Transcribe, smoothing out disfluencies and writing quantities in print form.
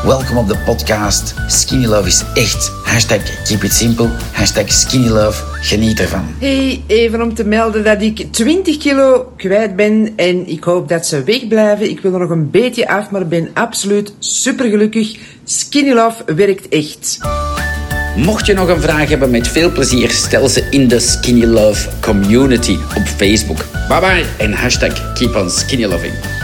Welkom op de podcast. Skinny Love is echt. Keep it simple. Skinny Love. Geniet ervan. Hey, even om te melden dat ik 20 kilo kwijt ben en ik hoop dat ze wegblijven. Ik wil er nog een beetje af, maar ben absoluut supergelukkig. Skinny Love werkt echt. Mocht je nog een vraag hebben, met veel plezier stel ze in de Skinny Love community op Facebook. Bye bye en #keep on skinny loving.